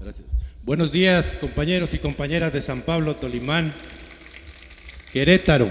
Gracias. Buenos días, compañeros y compañeras de San Pablo, Tolimán, Querétaro.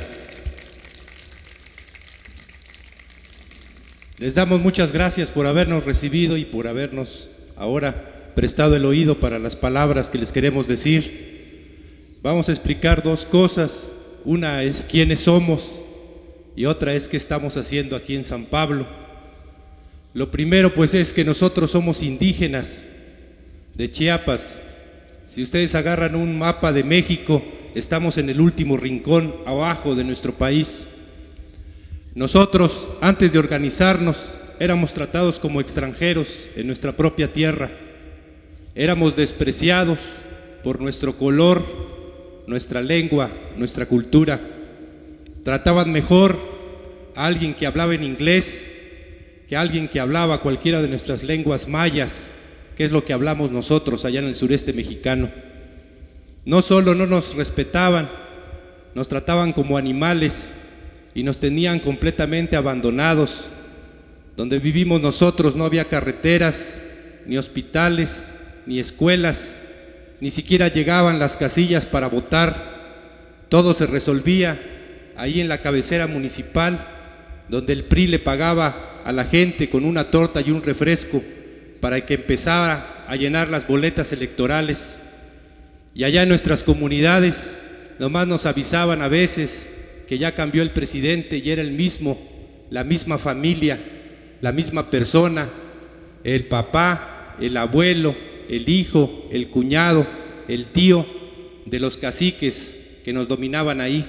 Les damos muchas gracias por habernos recibido y por habernos ahora prestado el oído para las palabras que les queremos decir. Vamos a explicar dos cosas. Una es quiénes somos y otra es qué estamos haciendo aquí en San Pablo. Lo primero pues es que nosotros somos indígenas de Chiapas. Si ustedes agarran un mapa de México, estamos en el último rincón abajo de nuestro país. Nosotros, antes de organizarnos, éramos tratados como extranjeros en nuestra propia tierra. Éramos despreciados por nuestro color, nuestra lengua, nuestra cultura. Trataban mejor a alguien que hablaba en inglés que a alguien que hablaba cualquiera de nuestras lenguas mayas, que es lo que hablamos nosotros allá en el sureste mexicano. No solo no nos respetaban, nos trataban como animales y nos tenían completamente abandonados. Donde vivimos nosotros no había carreteras, ni hospitales, ni escuelas, ni siquiera llegaban las casillas para votar. Todo se resolvía ahí en la cabecera municipal, donde el PRI le pagaba a la gente con una torta y un refresco para que empezara a llenar las boletas electorales. Y allá en nuestras comunidades nomás nos avisaban a veces que ya cambió el presidente y era el mismo, la misma familia, la misma persona, el papá, el abuelo, el hijo, el cuñado, el tío de los caciques que nos dominaban ahí.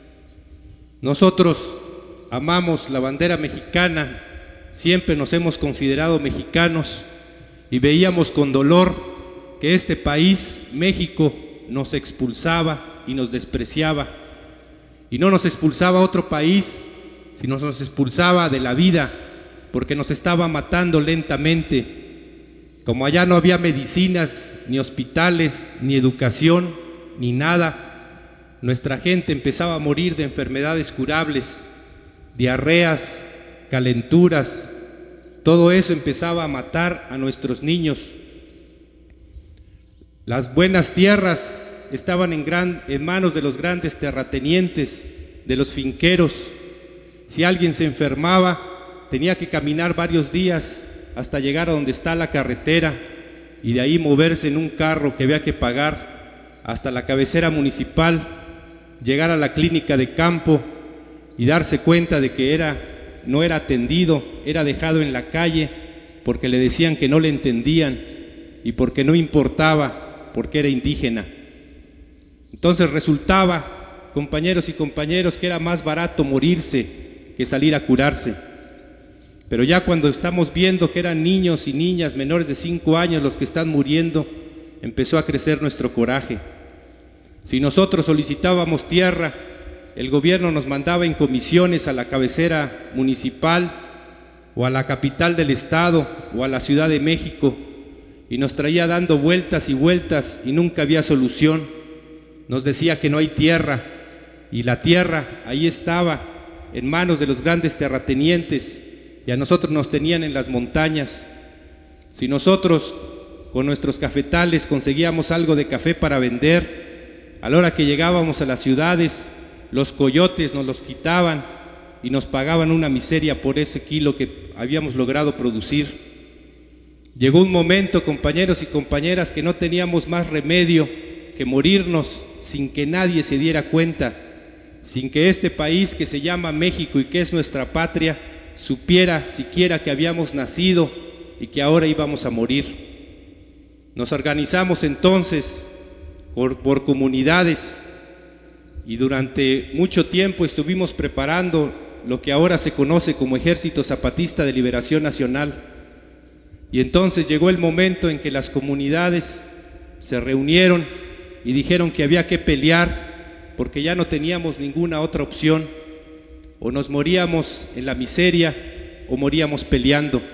Nosotros amamos la bandera mexicana, siempre nos hemos considerado mexicanos y veíamos con dolor que este país, México, nos expulsaba y nos despreciaba. Y no nos expulsaba a otro país, sino nos expulsaba de la vida, porque nos estaba matando lentamente. Como allá no había medicinas, ni hospitales, ni educación, ni nada, nuestra gente empezaba a morir de enfermedades curables, diarreas, calenturas. Todo eso empezaba a matar a nuestros niños. Las buenas tierras estaban en manos de los grandes terratenientes, de los finqueros. Si alguien se enfermaba, tenía que caminar varios días hasta llegar a donde está la carretera y de ahí moverse en un carro que había que pagar hasta la cabecera municipal, llegar a la clínica de campo y darse cuenta de que no era atendido, era dejado en la calle porque le decían que no le entendían y porque no importaba, porque era indígena. Entonces resultaba, compañeros y compañeras, que era más barato morirse que salir a curarse. Pero ya cuando estamos viendo que eran niños y niñas menores de 5 años los que están muriendo, empezó a crecer nuestro coraje. Si nosotros solicitábamos tierra, el gobierno nos mandaba en comisiones a la cabecera municipal o a la capital del estado o a la Ciudad de México y nos traía dando vueltas y vueltas y nunca había solución. Nos decía que no hay tierra y la tierra ahí estaba en manos de los grandes terratenientes y a nosotros nos tenían en las montañas. Si nosotros con nuestros cafetales conseguíamos algo de café para vender, a la hora que llegábamos a las ciudades, los coyotes nos los quitaban y nos pagaban una miseria por ese kilo que habíamos logrado producir. Llegó un momento, compañeros y compañeras, que no teníamos más remedio que morirnos sin que nadie se diera cuenta, sin que este país que se llama México y que es nuestra patria supiera siquiera que habíamos nacido y que ahora íbamos a morir. Nos organizamos entonces por comunidades y durante mucho tiempo estuvimos preparando lo que ahora se conoce como Ejército Zapatista de Liberación Nacional. Y entonces llegó el momento en que las comunidades se reunieron y dijeron que había que pelear porque ya no teníamos ninguna otra opción. O nos moríamos en la miseria o moríamos peleando.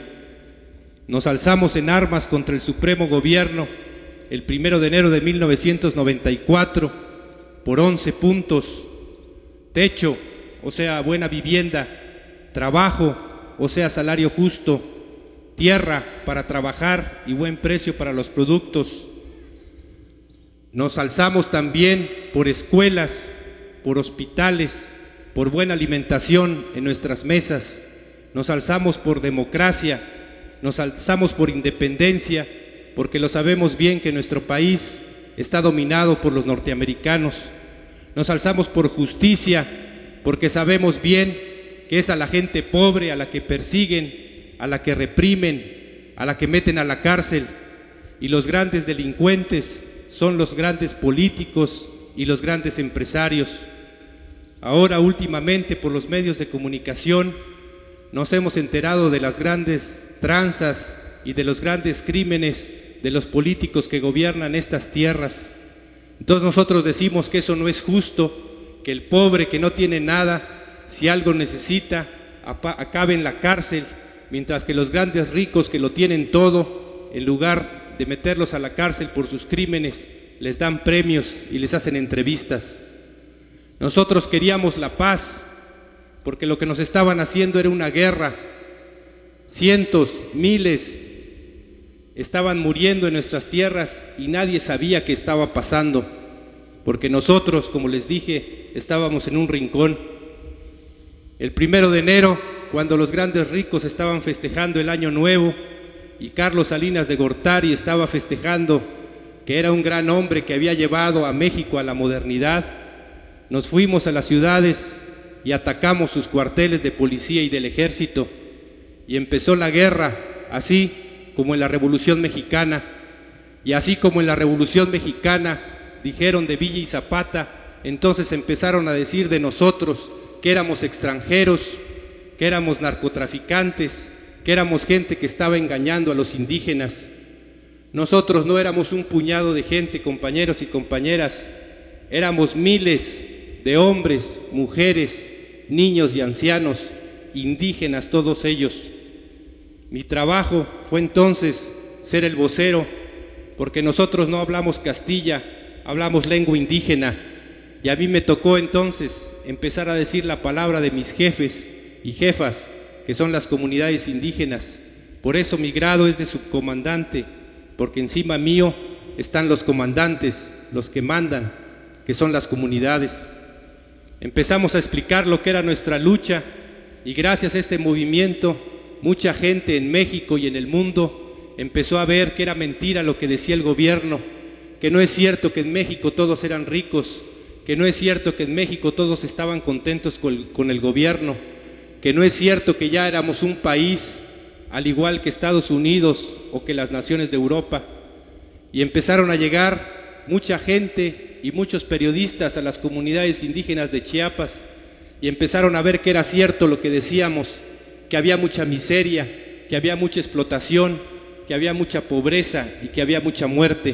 Nos alzamos en armas contra el Supremo Gobierno el 1 de enero de 1994 por 11 puntos: techo, o sea, buena vivienda; trabajo, o sea, salario justo; tierra para trabajar y buen precio para los productos; Nos alzamos también por escuelas, por hospitales, por buena alimentación en nuestras mesas. Nos alzamos por democracia, nos alzamos por independencia, porque lo sabemos bien que nuestro país está dominado por los norteamericanos. Nos alzamos por justicia, porque sabemos bien que es a la gente pobre a la que persiguen, a la que reprimen, a la que meten a la cárcel, y los grandes delincuentes son los grandes políticos y los grandes empresarios. Ahora últimamente por los medios de comunicación nos hemos enterado de las grandes tranzas y de los grandes crímenes de los políticos que gobiernan estas tierras. Entonces nosotros decimos que eso no es justo, que el pobre que no tiene nada, si algo necesita, acabe en la cárcel, mientras que los grandes ricos que lo tienen todo, en lugar de meterlos a la cárcel por sus crímenes, les dan premios y les hacen entrevistas. Nosotros queríamos la paz, porque lo que nos estaban haciendo era una guerra. Cientos, miles estaban muriendo en nuestras tierras y nadie sabía qué estaba pasando, porque nosotros, como les dije, estábamos en un rincón. El 1 de enero, cuando los grandes ricos estaban festejando el Año Nuevo y Carlos Salinas de Gortari estaba festejando que era un gran hombre que había llevado a México a la modernidad, nos fuimos a las ciudades y atacamos sus cuarteles de policía y del ejército, y empezó la guerra, así como en la Revolución Mexicana. Y así como en la Revolución Mexicana dijeron de Villa y Zapata, entonces empezaron a decir de nosotros que éramos extranjeros, que éramos narcotraficantes, que éramos gente que estaba engañando a los indígenas. Nosotros no éramos un puñado de gente, compañeros y compañeras, éramos miles de hombres, mujeres, niños y ancianos, indígenas todos ellos. Mi trabajo fue entonces ser el vocero, porque nosotros no hablamos castilla, hablamos lengua indígena, y a mí me tocó entonces empezar a decir la palabra de mis jefes y jefas, que son las comunidades indígenas. Por eso mi grado es de subcomandante, porque encima mío están los comandantes, los que mandan, que son las comunidades. Empezamos a explicar lo que era nuestra lucha, y gracias a este movimiento mucha gente en México y en el mundo empezó a ver que era mentira lo que decía el gobierno, que no es cierto que en México todos eran ricos, que no es cierto que en México todos estaban contentos con el gobierno, que no es cierto que ya éramos un país al igual que Estados Unidos o que las naciones de Europa. Y empezaron a llegar mucha gente y muchos periodistas a las comunidades indígenas de Chiapas, y empezaron a ver que era cierto lo que decíamos, que había mucha miseria, que había mucha explotación, que había mucha pobreza y que había mucha muerte.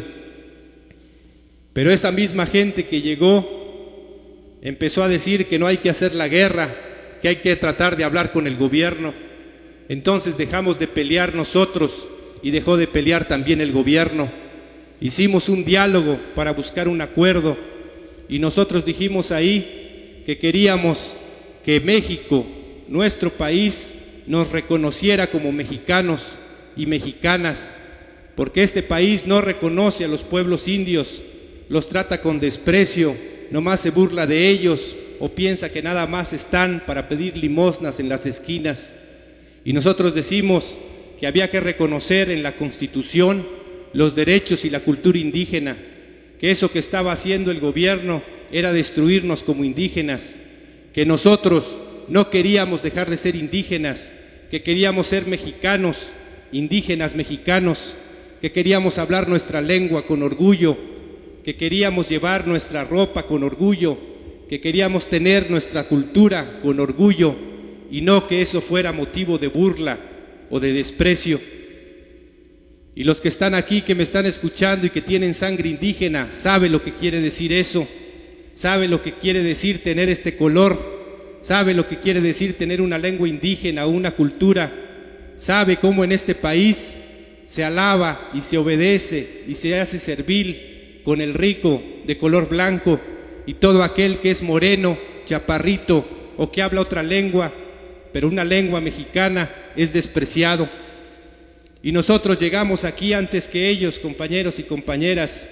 Pero esa misma gente que llegó empezó a decir que no hay que hacer la guerra, que hay que tratar de hablar con el gobierno. Entonces dejamos de pelear nosotros y dejó de pelear también el gobierno. Hicimos un diálogo para buscar un acuerdo, y nosotros dijimos ahí que queríamos que México, nuestro país, nos reconociera como mexicanos y mexicanas, porque este país no reconoce a los pueblos indios, los trata con desprecio, nomás se burla de ellos o piensa que nada más están para pedir limosnas en las esquinas. Y nosotros decimos que había que reconocer en la Constitución los derechos y la cultura indígena, que eso que estaba haciendo el gobierno era destruirnos como indígenas, que nosotros no queríamos dejar de ser indígenas, que queríamos ser mexicanos, indígenas mexicanos, que queríamos hablar nuestra lengua con orgullo, que queríamos llevar nuestra ropa con orgullo, que queríamos tener nuestra cultura con orgullo, y no que eso fuera motivo de burla o de desprecio. Y los que están aquí, que me están escuchando y que tienen sangre indígena, saben lo que quiere decir eso, saben lo que quiere decir tener este color, sabe lo que quiere decir tener una lengua indígena o una cultura, sabe cómo en este país se alaba y se obedece y se hace servil con el rico de color blanco, y todo aquel que es moreno, chaparrito o que habla otra lengua, pero una lengua mexicana, es despreciado. Y nosotros llegamos aquí antes que ellos, compañeros y compañeras,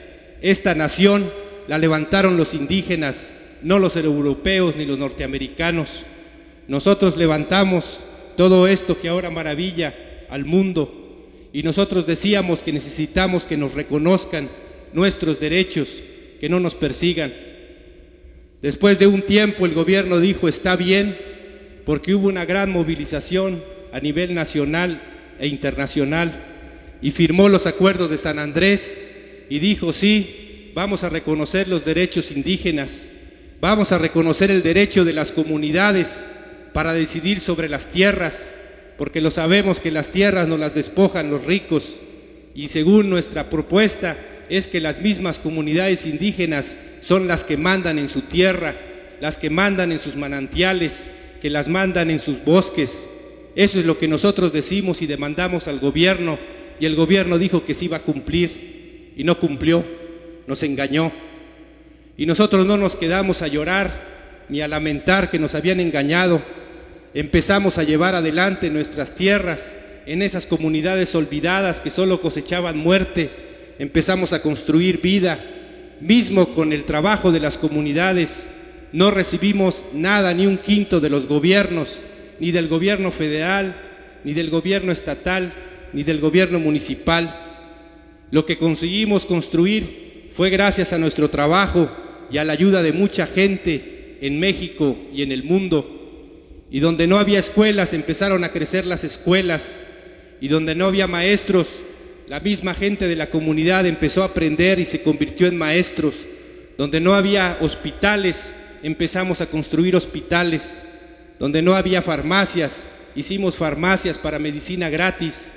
Esta nación la levantaron los indígenas, no los europeos ni los norteamericanos. Nosotros levantamos todo esto que ahora maravilla al mundo, y nosotros decíamos que necesitamos que nos reconozcan nuestros derechos, que no nos persigan. Después de un tiempo el gobierno dijo está bien, porque hubo una gran movilización a nivel nacional e internacional, y firmó los acuerdos de San Andrés y dijo sí, vamos a reconocer los derechos indígenas, vamos a reconocer el derecho de las comunidades para decidir sobre las tierras, porque lo sabemos que las tierras nos las despojan los ricos, y según nuestra propuesta es que las mismas comunidades indígenas son las que mandan en su tierra, las que mandan en sus manantiales, que las mandan en sus bosques. Eso es lo que nosotros decimos y demandamos al gobierno, y el gobierno dijo que se iba a cumplir y no cumplió, nos engañó. Y nosotros no nos quedamos a llorar ni a lamentar que nos habían engañado. Empezamos a llevar adelante nuestras tierras en esas comunidades olvidadas que solo cosechaban muerte. Empezamos a construir vida, mismo con el trabajo de las comunidades. No recibimos nada, ni un quinto de los gobiernos, ni del gobierno federal, ni del gobierno estatal, ni del gobierno municipal. Lo que conseguimos construir fue gracias a nuestro trabajo y a la ayuda de mucha gente en México y en el mundo. Y donde no había escuelas, empezaron a crecer las escuelas, y donde no había maestros, la misma gente de la comunidad empezó a aprender y se convirtió en maestros. Donde no había hospitales, empezamos a construir hospitales. Donde no había farmacias, hicimos farmacias para medicina gratis,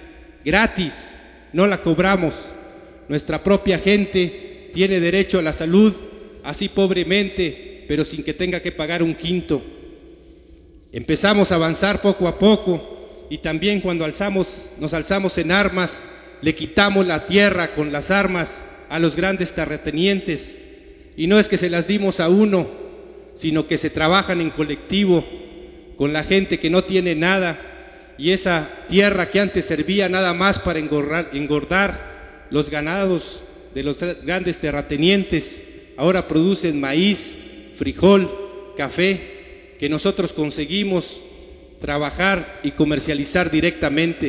no la cobramos. Nuestra propia gente tiene derecho a la salud, así pobremente, pero sin que tenga que pagar un quinto. Empezamos a avanzar poco a poco, y también cuando nos alzamos en armas, le quitamos la tierra con las armas a los grandes terratenientes, y no es que se las dimos a uno, sino que se trabajan en colectivo con la gente que no tiene nada, y esa tierra que antes servía nada más para engordar los ganados de los grandes terratenientes, ahora producen maíz, frijol, café, que nosotros conseguimos trabajar y comercializar directamente.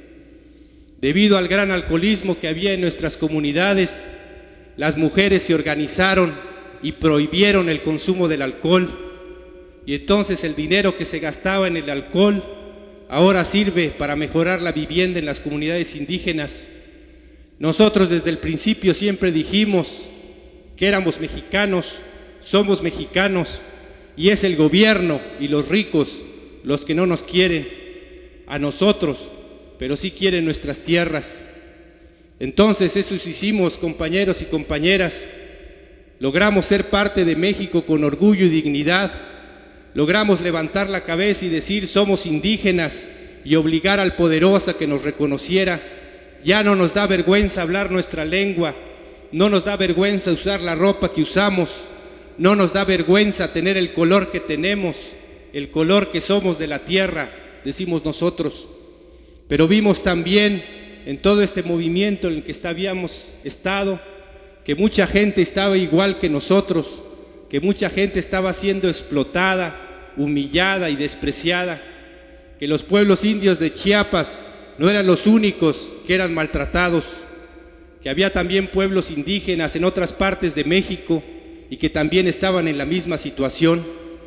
Debido al gran alcoholismo que había en nuestras comunidades, las mujeres se organizaron y prohibieron el consumo del alcohol, y entonces el dinero que se gastaba en el alcohol ahora sirve para mejorar la vivienda en las comunidades indígenas. Nosotros desde el principio siempre dijimos que éramos mexicanos, somos mexicanos, y es el gobierno y los ricos los que no nos quieren a nosotros, pero sí quieren nuestras tierras. Entonces eso hicimos, compañeros y compañeras. Logramos ser parte de México con orgullo y dignidad. Logramos levantar la cabeza y decir somos indígenas, y obligar al poderoso a que nos reconociera. Ya no nos da vergüenza hablar nuestra lengua, no nos da vergüenza usar la ropa que usamos, no nos da vergüenza tener el color que tenemos, el color que somos de la tierra, decimos nosotros. Pero vimos también en todo este movimiento en el que habíamos estado, que mucha gente estaba igual que nosotros, que mucha gente estaba siendo explotada, humillada y despreciada, que los pueblos indios de Chiapas no eran los únicos que eran maltratados, que había también pueblos indígenas en otras partes de México y que también estaban en la misma situación.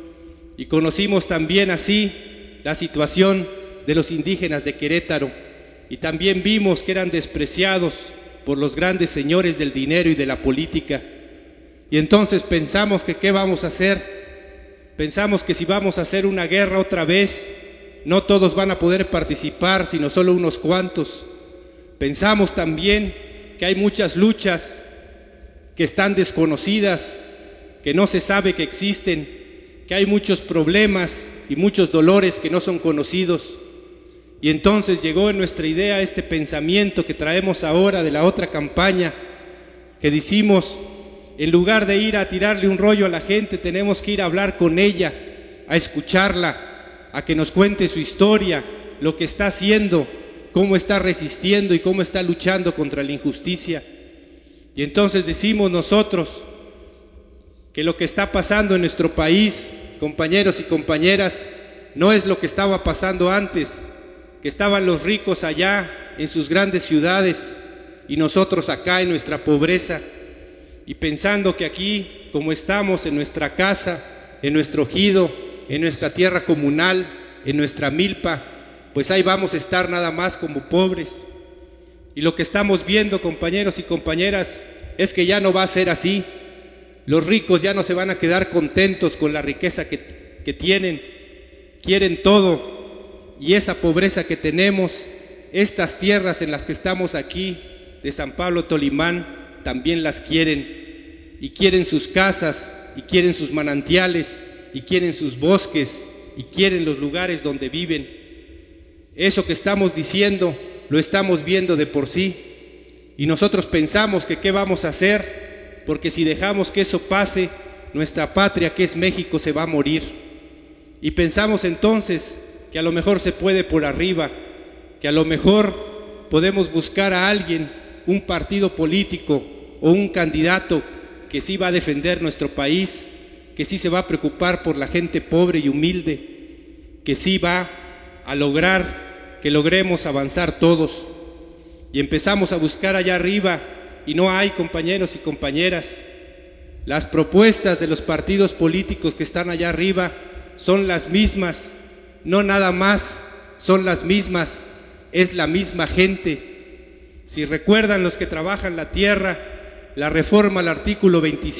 Y conocimos también así la situación de los indígenas de Querétaro, y también vimos que eran despreciados por los grandes señores del dinero y de la política. Y entonces pensamos que ¿qué vamos a hacer? Pensamos que si vamos a hacer una guerra otra vez, no todos van a poder participar, sino solo unos cuantos. Pensamos también que hay muchas luchas que están desconocidas, que no se sabe que existen, que hay muchos problemas y muchos dolores que no son conocidos. Y entonces llegó en nuestra idea este pensamiento que traemos ahora de la otra campaña, que decimos, en lugar de ir a tirarle un rollo a la gente, tenemos que ir a hablar con ella, a escucharla, a que nos cuente su historia, lo que está haciendo, cómo está resistiendo y cómo está luchando contra la injusticia. Y entonces decimos nosotros que lo que está pasando en nuestro país, compañeros y compañeras, no es lo que estaba pasando antes, que estaban los ricos allá en sus grandes ciudades y nosotros acá en nuestra pobreza, y pensando que aquí, como estamos en nuestra casa, en nuestro ejido, en nuestra tierra comunal, en nuestra milpa, pues ahí vamos a estar nada más como pobres. Y lo que estamos viendo, compañeros y compañeras, es que ya no va a ser así. Los ricos ya no se van a quedar contentos con la riqueza que tienen, quieren todo, y esa pobreza que tenemos, estas tierras en las que estamos aquí, de San Pablo Tolimán, también las quieren, y quieren sus casas, y quieren sus manantiales, y quieren sus bosques, y quieren los lugares donde viven. Eso que estamos diciendo, lo estamos viendo de por sí, y nosotros pensamos que qué vamos a hacer, porque si dejamos que eso pase, nuestra patria, que es México, se va a morir. Y pensamos entonces que a lo mejor se puede por arriba, que a lo mejor podemos buscar a alguien, un partido político o un candidato que sí va a defender nuestro país, que sí se va a preocupar por la gente pobre y humilde, que sí va a lograr que logremos avanzar todos. Y empezamos a buscar allá arriba y no hay, compañeros y compañeras. Las propuestas de los partidos políticos que están allá arriba son las mismas, no nada más, son las mismas, es la misma gente. Si recuerdan los que trabajan la tierra, la reforma al artículo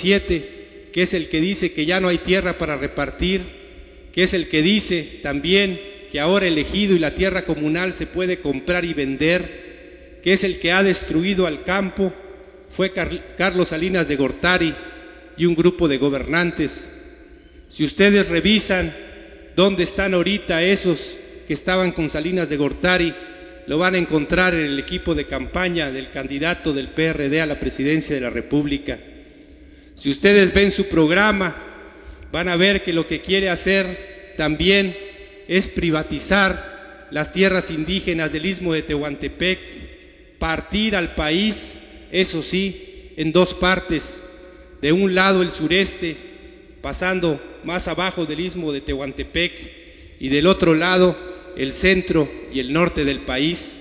27, que es el que dice que ya no hay tierra para repartir, que es el que dice también que ahora el ejido y la tierra comunal se puede comprar y vender, que es el que ha destruido al campo, fue Carlos Salinas de Gortari y un grupo de gobernantes. Si ustedes revisan dónde están ahorita esos que estaban con Salinas de Gortari, lo van a encontrar en el equipo de campaña del candidato del PRD a la presidencia de la República. Si ustedes ven su programa, van a ver que lo que quiere hacer también es privatizar las tierras indígenas del Istmo de Tehuantepec, partir al país, eso sí, en dos partes, de un lado el sureste, pasando más abajo del Istmo de Tehuantepec, y del otro lado el centro y el norte del país.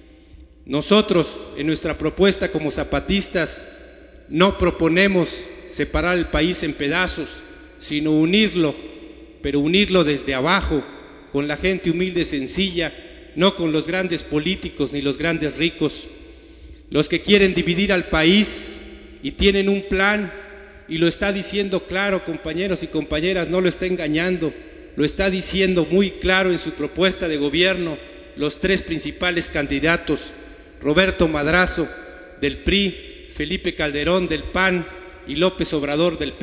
Nosotros, en nuestra propuesta como zapatistas, no proponemos separar el país en pedazos, sino unirlo, pero unirlo desde abajo, con la gente humilde y sencilla, no con los grandes políticos ni los grandes ricos. Los que quieren dividir al país y tienen un plan, y lo está diciendo claro, compañeros y compañeras, no lo está engañando, lo está diciendo muy claro en su propuesta de gobierno los tres principales candidatos: Roberto Madrazo del PRI, Felipe Calderón del PAN y López Obrador del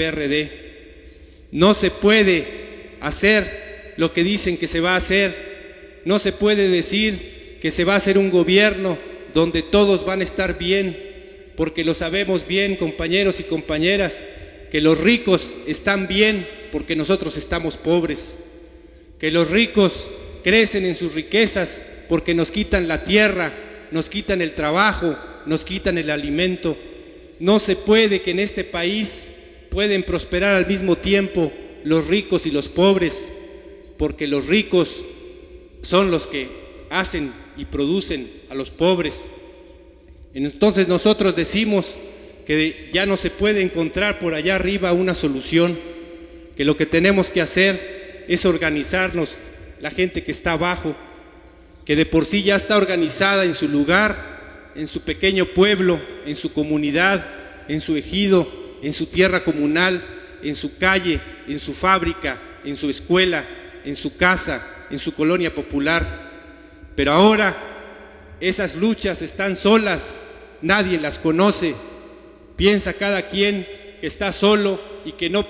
PRD. No se puede hacer lo que dicen que se va a hacer, no se puede decir que se va a hacer un gobierno donde todos van a estar bien, porque lo sabemos bien, compañeros y compañeras, que los ricos están bien porque nosotros estamos pobres, que los ricos crecen en sus riquezas porque nos quitan la tierra, nos quitan el trabajo, nos quitan el alimento. No se puede que en este país pueden prosperar al mismo tiempo los ricos y los pobres, porque los ricos son los que hacen y producen a los pobres. Entonces nosotros decimos que ya no se puede encontrar por allá arriba una solución, que lo que tenemos que hacer es organizarnos, la gente que está abajo, que de por sí ya está organizada en su lugar, en su pequeño pueblo, en su comunidad, en su ejido, en su tierra comunal, en su calle, en su fábrica, en su escuela, en su casa, en su colonia popular. Pero ahora esas luchas están solas, nadie las conoce. Piensa cada quien que está solo y que no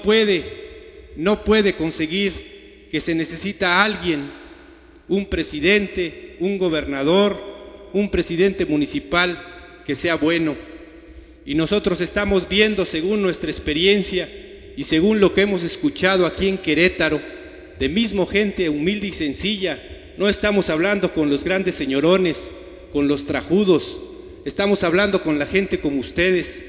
puede conseguir, que se necesita a alguien, un presidente, un gobernador, un presidente municipal que sea bueno. Y nosotros estamos viendo, según nuestra experiencia y según lo que hemos escuchado aquí en Querétaro, de mismo gente humilde y sencilla, no estamos hablando con los grandes señorones, con los trajudos, estamos hablando con la gente como ustedes,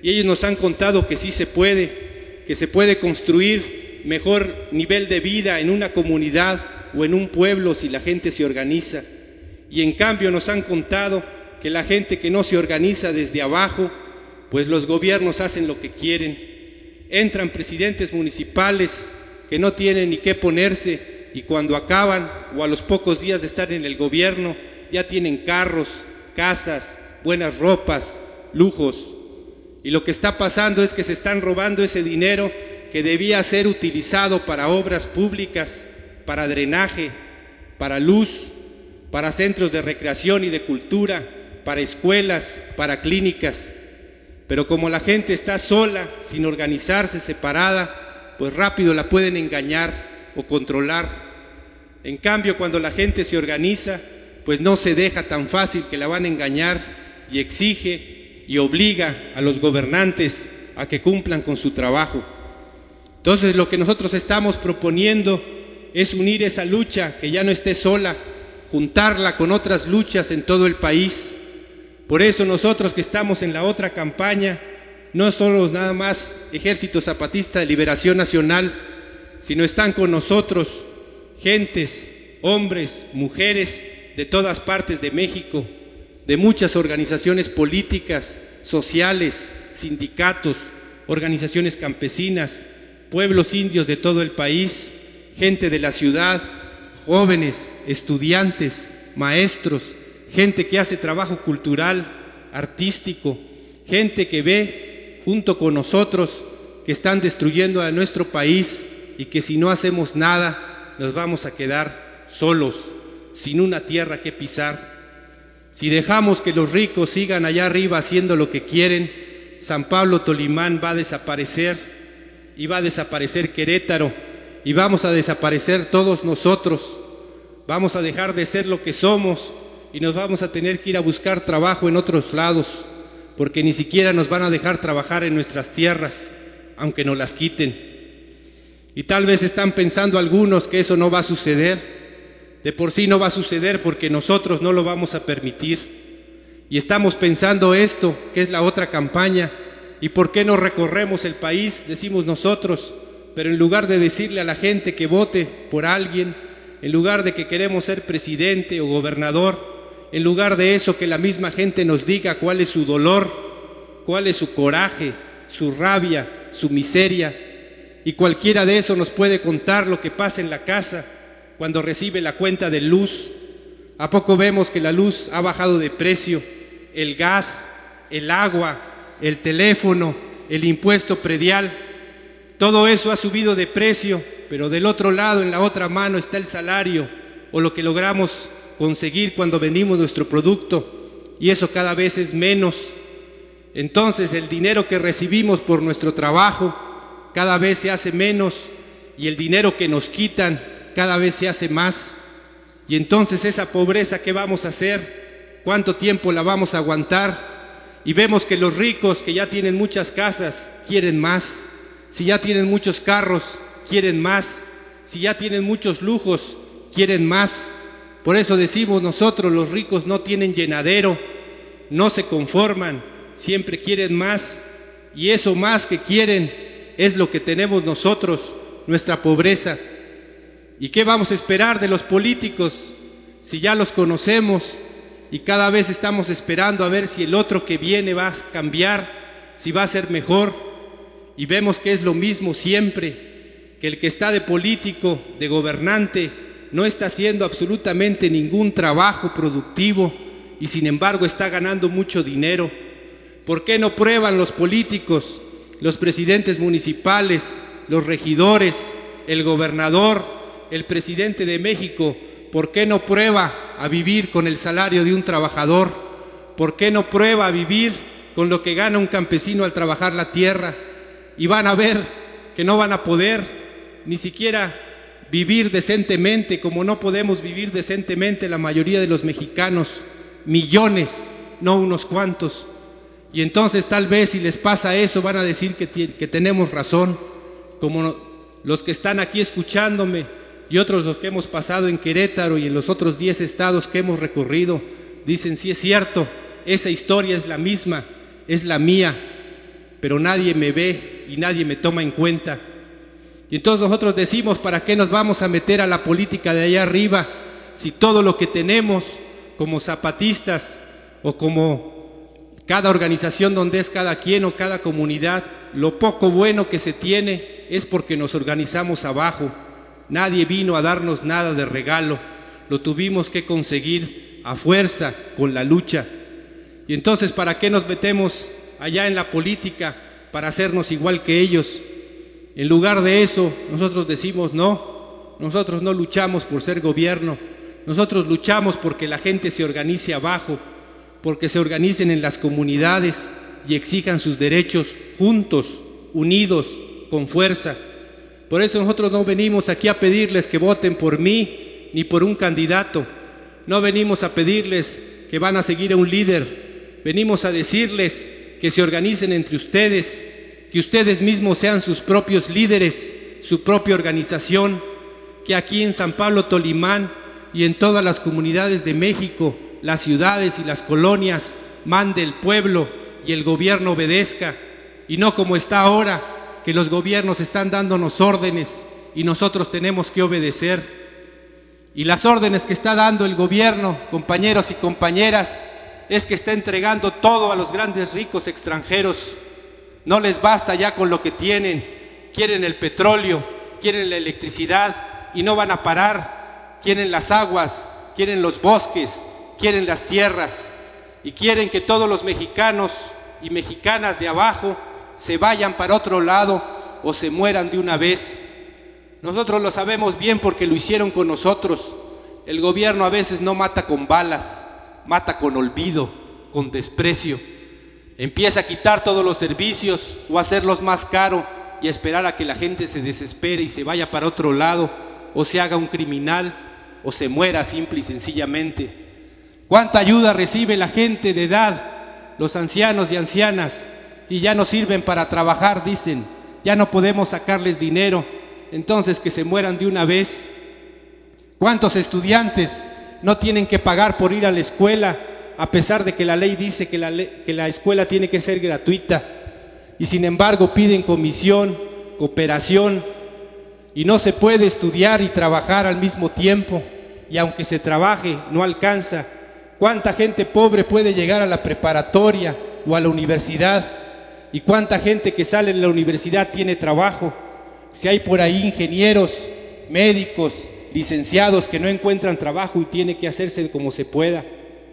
y ellos nos han contado que sí se puede, que se puede construir mejor nivel de vida en una comunidad o en un pueblo si la gente se organiza. Y en cambio nos han contado que la gente que no se organiza desde abajo, pues los gobiernos hacen lo que quieren. Entran presidentes municipales que no tienen ni qué ponerse y cuando acaban o a los pocos días de estar en el gobierno ya tienen carros, casas, buenas ropas, lujos. Y lo que está pasando es que se están robando ese dinero que debía ser utilizado para obras públicas, para drenaje, para luz, para centros de recreación y de cultura, para escuelas, para clínicas. Pero como la gente está sola, sin organizarse, separada, pues rápido la pueden engañar o controlar. En cambio, cuando la gente se organiza, pues no se deja tan fácil que la van a engañar y exige y obliga a los gobernantes a que cumplan con su trabajo. Entonces, lo que nosotros estamos proponiendo es unir esa lucha, que ya no esté sola, juntarla con otras luchas en todo el país. Por eso nosotros que estamos en la otra campaña, no somos nada más Ejército Zapatista de Liberación Nacional, sino están con nosotros gentes, hombres, mujeres de todas partes de México, de muchas organizaciones políticas, sociales, sindicatos, organizaciones campesinas, pueblos indios de todo el país, gente de la ciudad, jóvenes, estudiantes, maestros, gente que hace trabajo cultural, artístico, gente que ve junto con nosotros que están destruyendo a nuestro país y que si no hacemos nada nos vamos a quedar solos, sin una tierra que pisar. Si dejamos que los ricos sigan allá arriba haciendo lo que quieren, San Pablo Tolimán va a desaparecer y va a desaparecer Querétaro y vamos a desaparecer todos nosotros. Vamos a dejar de ser lo que somos y nos vamos a tener que ir a buscar trabajo en otros lados, porque ni siquiera nos van a dejar trabajar en nuestras tierras, aunque nos las quiten. Y tal vez están pensando algunos que eso no va a suceder. De por sí no va a suceder porque nosotros no lo vamos a permitir. Y estamos pensando esto, que es la otra campaña. ¿Y por qué no recorremos el país? Decimos nosotros, pero en lugar de decirle a la gente que vote por alguien, en lugar de que queremos ser presidente o gobernador, en lugar de eso que la misma gente nos diga cuál es su dolor, cuál es su coraje, su rabia, su miseria, y cualquiera de eso nos puede contar lo que pasa en la casa cuando recibe la cuenta de luz. ¿A poco vemos que la luz ha bajado de precio? El gas, el agua, el teléfono, el impuesto predial, todo eso ha subido de precio, pero del otro lado, en la otra mano, está el salario o lo que logramos conseguir cuando vendimos nuestro producto, y eso cada vez es menos. Entonces el dinero que recibimos por nuestro trabajo cada vez se hace menos y el dinero que nos quitan cada vez se hace más. Y entonces esa pobreza, ¿qué vamos a hacer? ¿Cuánto tiempo la vamos a aguantar? Y vemos que los ricos que ya tienen muchas casas quieren más. Si ya tienen muchos carros, quieren más. Si ya tienen muchos lujos, quieren más. Por eso decimos nosotros, los ricos no tienen llenadero, no se conforman, siempre quieren más. Y eso más que quieren es lo que tenemos nosotros, nuestra pobreza. ¿Y qué vamos a esperar de los políticos si ya los conocemos y cada vez estamos esperando a ver si el otro que viene va a cambiar, si va a ser mejor? Y vemos que es lo mismo siempre, que el que está de político, de gobernante, no está haciendo absolutamente ningún trabajo productivo y sin embargo está ganando mucho dinero. ¿Por qué no prueban los políticos, los presidentes municipales, los regidores, el gobernador, el presidente de México? ¿Por qué no prueba a vivir con el salario de un trabajador? ¿Por qué no prueba a vivir con lo que gana un campesino al trabajar la tierra? Y van a ver que no van a poder ni siquiera vivir decentemente, como no podemos vivir decentemente la mayoría de los mexicanos, millones, no unos cuantos. Y entonces tal vez si les pasa eso van a decir que tenemos razón, como los que están aquí escuchándome y otros los que hemos pasado en Querétaro y en los otros 10 estados que hemos recorrido, dicen sí es cierto, esa historia es la misma, es la mía. pero nadie me ve y nadie me toma en cuenta. Y entonces nosotros decimos, ¿para qué nos vamos a meter a la política de allá arriba si todo lo que tenemos como zapatistas o como cada organización donde es cada quien o cada comunidad, lo poco bueno que se tiene es porque nos organizamos abajo? Nadie vino a darnos nada de regalo, lo tuvimos que conseguir a fuerza con la lucha. Y entonces, ¿para qué nos metemos allá en la política? Para hacernos igual que ellos. En lugar de eso, nosotros decimos no, nosotros no luchamos por ser gobierno, nosotros luchamos porque la gente se organice abajo, porque se organicen en las comunidades y exijan sus derechos juntos, unidos, con fuerza. Por eso nosotros no venimos aquí a pedirles que voten por mí ni por un candidato, no venimos a pedirles que van a seguir a un líder, venimos a decirles que se organicen entre ustedes, que ustedes mismos sean sus propios líderes, su propia organización, que aquí en San Pablo Tolimán y en todas las comunidades de México, las ciudades y las colonias, mande el pueblo y el gobierno obedezca, y no como está ahora, que los gobiernos están dándonos órdenes y nosotros tenemos que obedecer. Y las órdenes que está dando el gobierno, compañeros y compañeras, es que está entregando todo a los grandes ricos extranjeros. No les basta ya con lo que tienen, quieren el petróleo, quieren la electricidad y no van a parar, quieren las aguas, quieren los bosques, quieren las tierras y quieren que todos los mexicanos y mexicanas de abajo se vayan para otro lado o se mueran de una vez. Nosotros lo sabemos bien porque lo hicieron con nosotros. El gobierno a veces no mata con balas, mata con olvido, con desprecio. Empieza a quitar todos los servicios o a hacerlos más caros y a esperar a que la gente se desespere y se vaya para otro lado o se haga un criminal o se muera simple y sencillamente. ¿Cuánta ayuda recibe la gente de edad, los ancianos y ancianas? Si ya no sirven para trabajar, dicen, ya no podemos sacarles dinero, entonces que se mueran de una vez. ¿Cuántos estudiantes no tienen que pagar por ir a la escuela, a pesar de que la ley dice que la escuela tiene que ser gratuita? Y sin embargo piden comisión, cooperación, y no se puede estudiar y trabajar al mismo tiempo, y aunque se trabaje, no alcanza. ¿Cuánta gente pobre puede llegar a la preparatoria o a la universidad? ¿Y cuánta gente que sale de la universidad tiene trabajo? Si hay por ahí ingenieros, médicos, licenciados que no encuentran trabajo y tiene que hacerse como se pueda.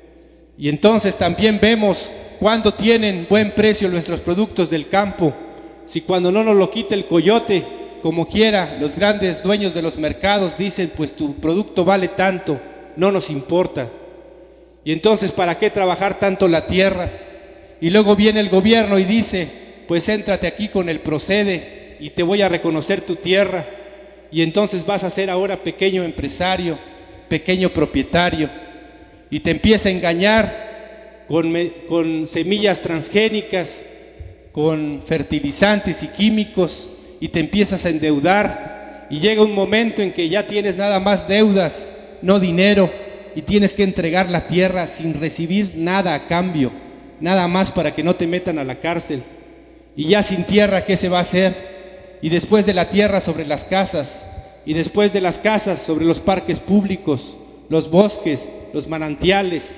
Y entonces también vemos cuándo tienen buen precio nuestros productos del campo. Si cuando no nos lo quita el coyote, como quiera, los grandes dueños de los mercados dicen, pues tu producto vale tanto, no nos importa. Y entonces, ¿para qué trabajar tanto la tierra? Y luego viene el gobierno y dice, pues éntrate aquí con el Procede y te voy a reconocer tu tierra. Y entonces vas a ser ahora pequeño empresario, pequeño propietario. Y te empieza a engañar con semillas transgénicas, con fertilizantes y químicos, y te empiezas a endeudar. Y llega un momento en que ya tienes nada más deudas, no dinero, y tienes que entregar la tierra sin recibir nada a cambio, nada más para que no te metan a la cárcel. Y ya sin tierra, ¿qué se va a hacer? Y después de la tierra, sobre las casas, y después de las casas, sobre los parques públicos, los bosques, los manantiales,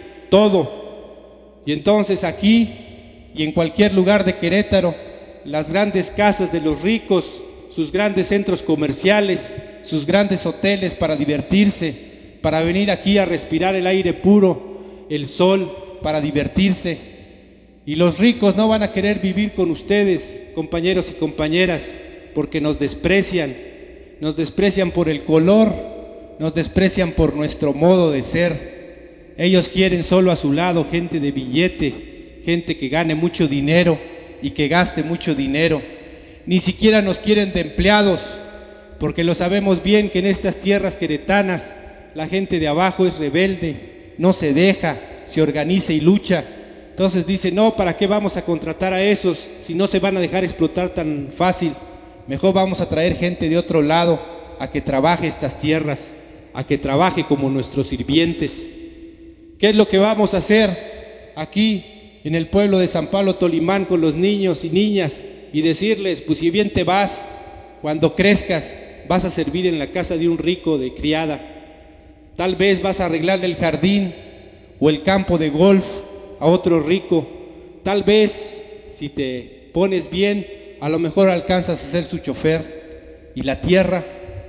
todo. Y entonces aquí y en cualquier lugar de Querétaro, las grandes casas de los ricos, sus grandes centros comerciales, sus grandes hoteles para divertirse, para venir aquí a respirar el aire puro, el sol, para divertirse. Y los ricos no van a querer vivir con ustedes, compañeros y compañeras, porque nos desprecian por el color, nos desprecian por nuestro modo de ser. Ellos quieren solo a su lado gente de billete, gente que gane mucho dinero y que gaste mucho dinero. Ni siquiera nos quieren de empleados, porque lo sabemos bien que en estas tierras queretanas la gente de abajo es rebelde, no se deja, se organiza y lucha. Entonces dice, no, ¿para qué vamos a contratar a esos si no se van a dejar explotar tan fácil? Mejor vamos a traer gente de otro lado a que trabaje estas tierras, a que trabaje como nuestros sirvientes. ¿Qué es lo que vamos a hacer aquí en el pueblo de San Pablo Tolimán con los niños y niñas y decirles, pues si bien te vas, cuando crezcas vas a servir en la casa de un rico de criada. Tal vez vas a arreglarle el jardín o el campo de golf a otro rico. Tal vez, si te pones bien, a lo mejor alcanzas a ser su chofer. Y la tierra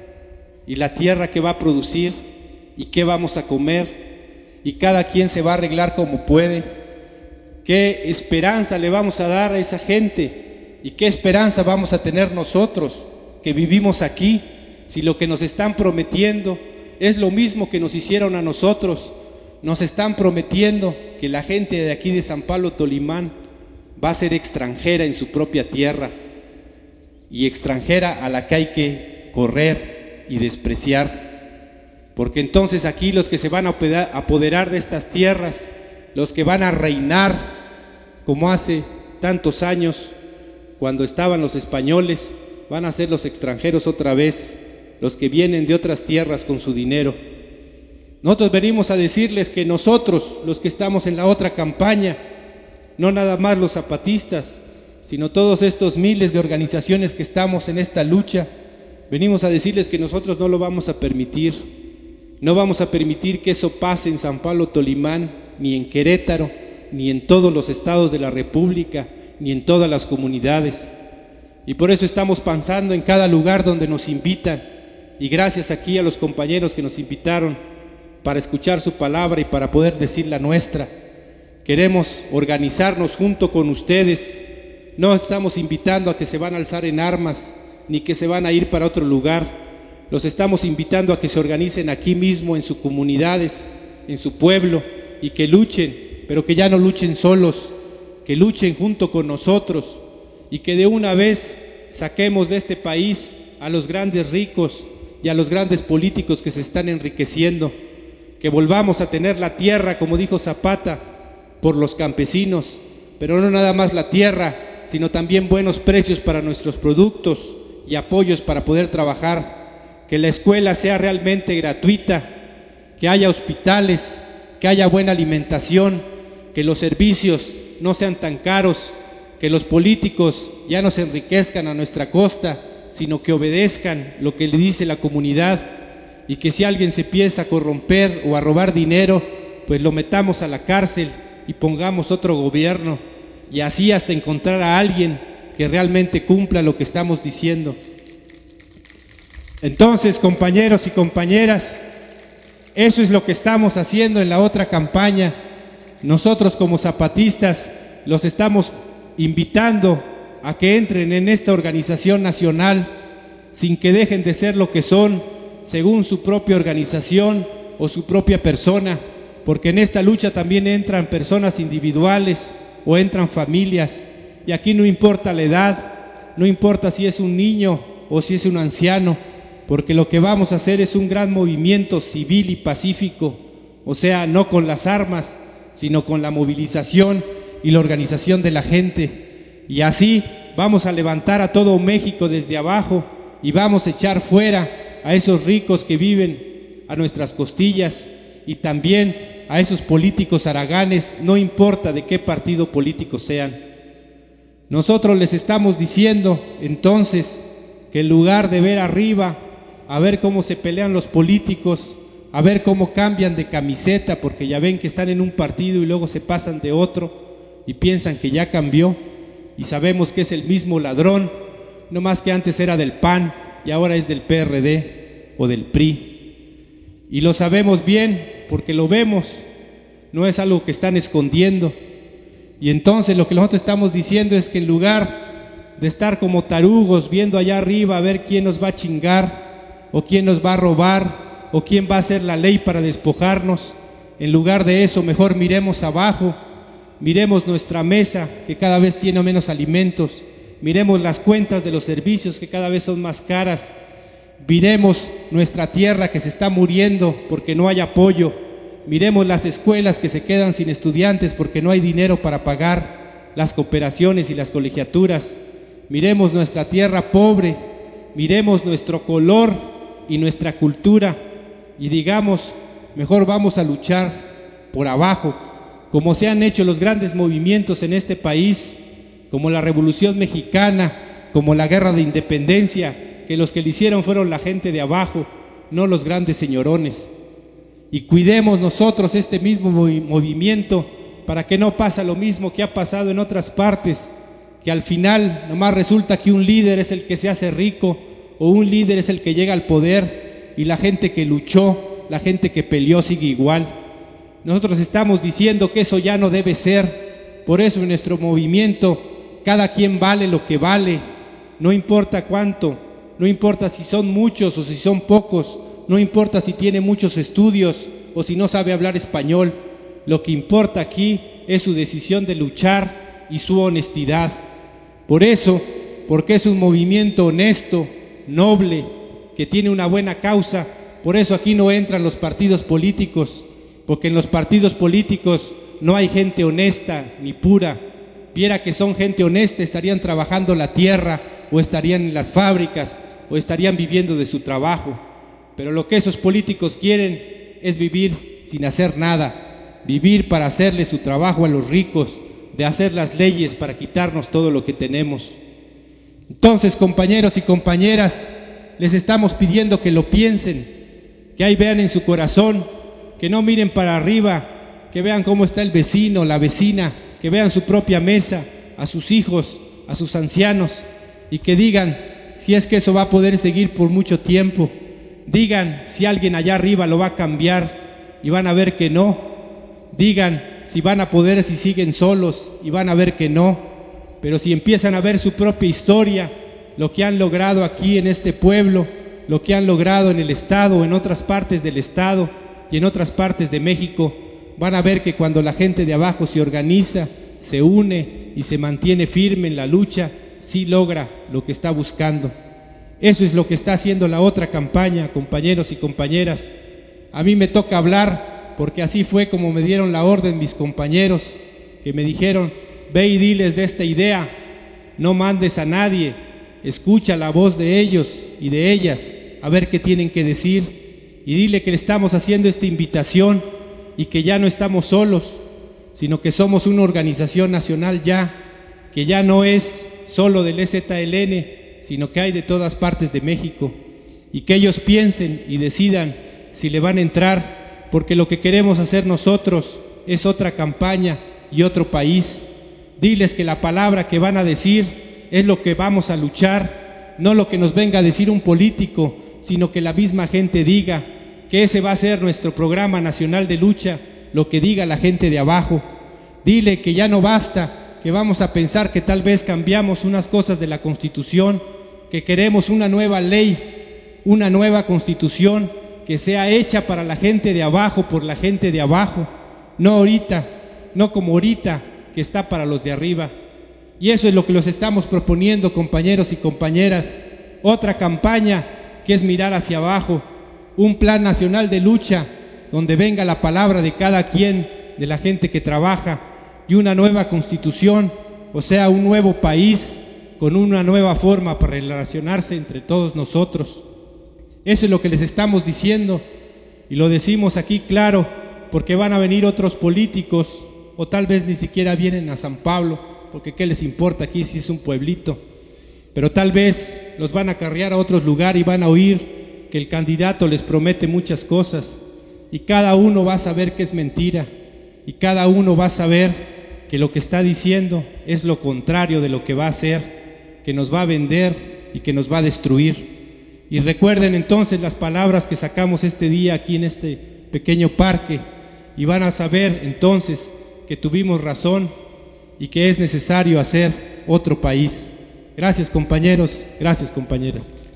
que va a producir, y qué vamos a comer, y cada quien se va a arreglar como puede. ¿Qué esperanza le vamos a dar a esa gente? ¿Y qué esperanza vamos a tener nosotros que vivimos aquí, si lo que nos están prometiendo es lo mismo que nos hicieron a nosotros? Nos están prometiendo que la gente de aquí de San Pablo Tolimán va a ser extranjera en su propia tierra, y extranjera a la que hay que correr y despreciar, porque entonces aquí los que se van a apoderar de estas tierras, los que van a reinar como hace tantos años cuando estaban los españoles, van a ser los extranjeros otra vez, los que vienen de otras tierras con su dinero. Nosotros venimos a decirles que nosotros, los que estamos en la otra campaña, no nada más los zapatistas, sino todos estos miles de organizaciones que estamos en esta lucha, venimos a decirles que nosotros no lo vamos a permitir. No vamos a permitir que eso pase en San Pablo Tolimán, ni en Querétaro, ni en todos los estados de la República, ni en todas las comunidades. Y por eso estamos pensando en cada lugar donde nos invitan, y gracias aquí a los compañeros que nos invitaron para escuchar su palabra y para poder decir la nuestra. Queremos organizarnos junto con ustedes. No estamos invitando a que se van a alzar en armas, ni que se van a ir para otro lugar. Los estamos invitando a que se organicen aquí mismo, en sus comunidades, en su pueblo, y que luchen, pero que ya no luchen solos, que luchen junto con nosotros, y que de una vez saquemos de este país a los grandes ricos y a los grandes políticos que se están enriqueciendo, que volvamos a tener la tierra, como dijo Zapata, por los campesinos, pero no nada más la tierra, sino también buenos precios para nuestros productos y apoyos para poder trabajar, que la escuela sea realmente gratuita, que haya hospitales, que haya buena alimentación, que los servicios no sean tan caros, que los políticos ya no se enriquezcan a nuestra costa, sino que obedezcan lo que le dice la comunidad, y que si alguien se piensa a corromper o a robar dinero, pues lo metamos a la cárcel y pongamos otro gobierno, y así hasta encontrar a alguien que realmente cumpla lo que estamos diciendo. Entonces, compañeros y compañeras, eso es lo que estamos haciendo en la otra campaña. Nosotros como zapatistas los estamos invitando a que entren en esta organización nacional, sin que dejen de ser lo que son, según su propia organización o su propia persona, porque en esta lucha también entran personas individuales o entran familias, y aquí no importa la edad, no importa si es un niño o si es un anciano, porque lo que vamos a hacer es un gran movimiento civil y pacífico, o sea, no con las armas, sino con la movilización y la organización de la gente, y así vamos a levantar a todo México desde abajo, y vamos a echar fuera a esos ricos que viven a nuestras costillas, y también a esos políticos haraganes, no importa de qué partido político sean. Nosotros les estamos diciendo entonces que en lugar de ver arriba, a ver cómo se pelean los políticos, a ver cómo cambian de camiseta, porque ya ven que están en un partido y luego se pasan de otro y piensan que ya cambió, y sabemos que es el mismo ladrón, no más que antes era del PAN y ahora es del PRD o del PRI, y lo sabemos bien porque lo vemos, no es algo que están escondiendo. Y entonces lo que nosotros estamos diciendo es que en lugar de estar como tarugos viendo allá arriba a ver quién nos va a chingar o quién nos va a robar o quién va a hacer la ley para despojarnos, en lugar de eso mejor miremos abajo, miremos nuestra mesa que cada vez tiene menos alimentos, miremos las cuentas de los servicios que cada vez son más caras, miremos nuestra tierra que se está muriendo porque no hay apoyo, miremos las escuelas que se quedan sin estudiantes porque no hay dinero para pagar las cooperaciones y las colegiaturas, miremos nuestra tierra pobre, miremos nuestro color y nuestra cultura y digamos, mejor vamos a luchar por abajo como se han hecho los grandes movimientos en este país, como la Revolución Mexicana, como la Guerra de Independencia, que los que le hicieron fueron la gente de abajo, no los grandes señorones. Y cuidemos nosotros este mismo movimiento para que no pase lo mismo que ha pasado en otras partes, que al final nomás resulta que un líder es el que se hace rico o un líder es el que llega al poder y la gente que luchó, la gente que peleó sigue igual. Nosotros estamos diciendo que eso ya no debe ser, por eso en nuestro movimiento cada quien vale lo que vale, no importa cuánto, no importa si son muchos o si son pocos, no importa si tiene muchos estudios o si no sabe hablar español, lo que importa aquí es su decisión de luchar y su honestidad. Por eso, porque es un movimiento honesto, noble, que tiene una buena causa, por eso aquí no entran los partidos políticos, porque en los partidos políticos no hay gente honesta ni pura. Viera que son gente honesta, estarían trabajando la tierra o estarían en las fábricas o estarían viviendo de su trabajo. Pero lo que esos políticos quieren es vivir sin hacer nada, vivir para hacerle su trabajo a los ricos, de hacer las leyes para quitarnos todo lo que tenemos. Entonces, compañeros y compañeras, les estamos pidiendo que lo piensen, que ahí vean en su corazón, que no miren para arriba, que vean cómo está el vecino, la vecina, que vean su propia mesa, a sus hijos, a sus ancianos, y que digan si es que eso va a poder seguir por mucho tiempo. Digan si alguien allá arriba lo va a cambiar y van a ver que no. Digan si van a poder, si siguen solos, y van a ver que no. Pero si empiezan a ver su propia historia, lo que han logrado aquí en este pueblo, lo que han logrado en el estado, en otras partes del estado y en otras partes de México, van a ver que cuando la gente de abajo se organiza, se une y se mantiene firme en la lucha, sí logra lo que está buscando. Eso es lo que está haciendo la otra campaña, compañeros y compañeras. A mí me toca hablar porque así fue como me dieron la orden mis compañeros, que me dijeron: ve y diles de esta idea, no mandes a nadie, escucha la voz de ellos y de ellas, a ver qué tienen que decir, y dile que le estamos haciendo esta invitación y que ya no estamos solos, sino que somos una organización nacional ya, que ya no es solo del EZLN, sino que hay de todas partes de México, y que ellos piensen y decidan si le van a entrar, porque lo que queremos hacer nosotros es otra campaña y otro país. Diles que la palabra que van a decir es lo que vamos a luchar, no lo que nos venga a decir un político, sino que la misma gente diga que ese va a ser nuestro programa nacional de lucha, lo que diga la gente de abajo. Dile que ya no basta, que vamos a pensar que tal vez cambiamos unas cosas de la Constitución, que queremos una nueva ley, una nueva Constitución que sea hecha para la gente de abajo, por la gente de abajo, no ahorita, no como ahorita, que está para los de arriba. Y eso es lo que los estamos proponiendo, compañeros y compañeras, otra campaña que es mirar hacia abajo, un plan nacional de lucha donde venga la palabra de cada quien, de la gente que trabaja, y una nueva Constitución, o sea, un nuevo país con una nueva forma para relacionarse entre todos nosotros. Eso es lo que les estamos diciendo, y lo decimos aquí claro, porque van a venir otros políticos, o tal vez ni siquiera vienen a San Pablo, porque qué les importa aquí si es un pueblito, pero tal vez los van a carrear a otros lugares y van a oír que el candidato les promete muchas cosas, y cada uno va a saber que es mentira, y cada uno va a saber que lo que está diciendo es lo contrario de lo que va a hacer, que nos va a vender y que nos va a destruir. Y recuerden entonces las palabras que sacamos este día aquí en este pequeño parque, y van a saber entonces que tuvimos razón y que es necesario hacer otro país. Gracias, compañeros, gracias, compañeras.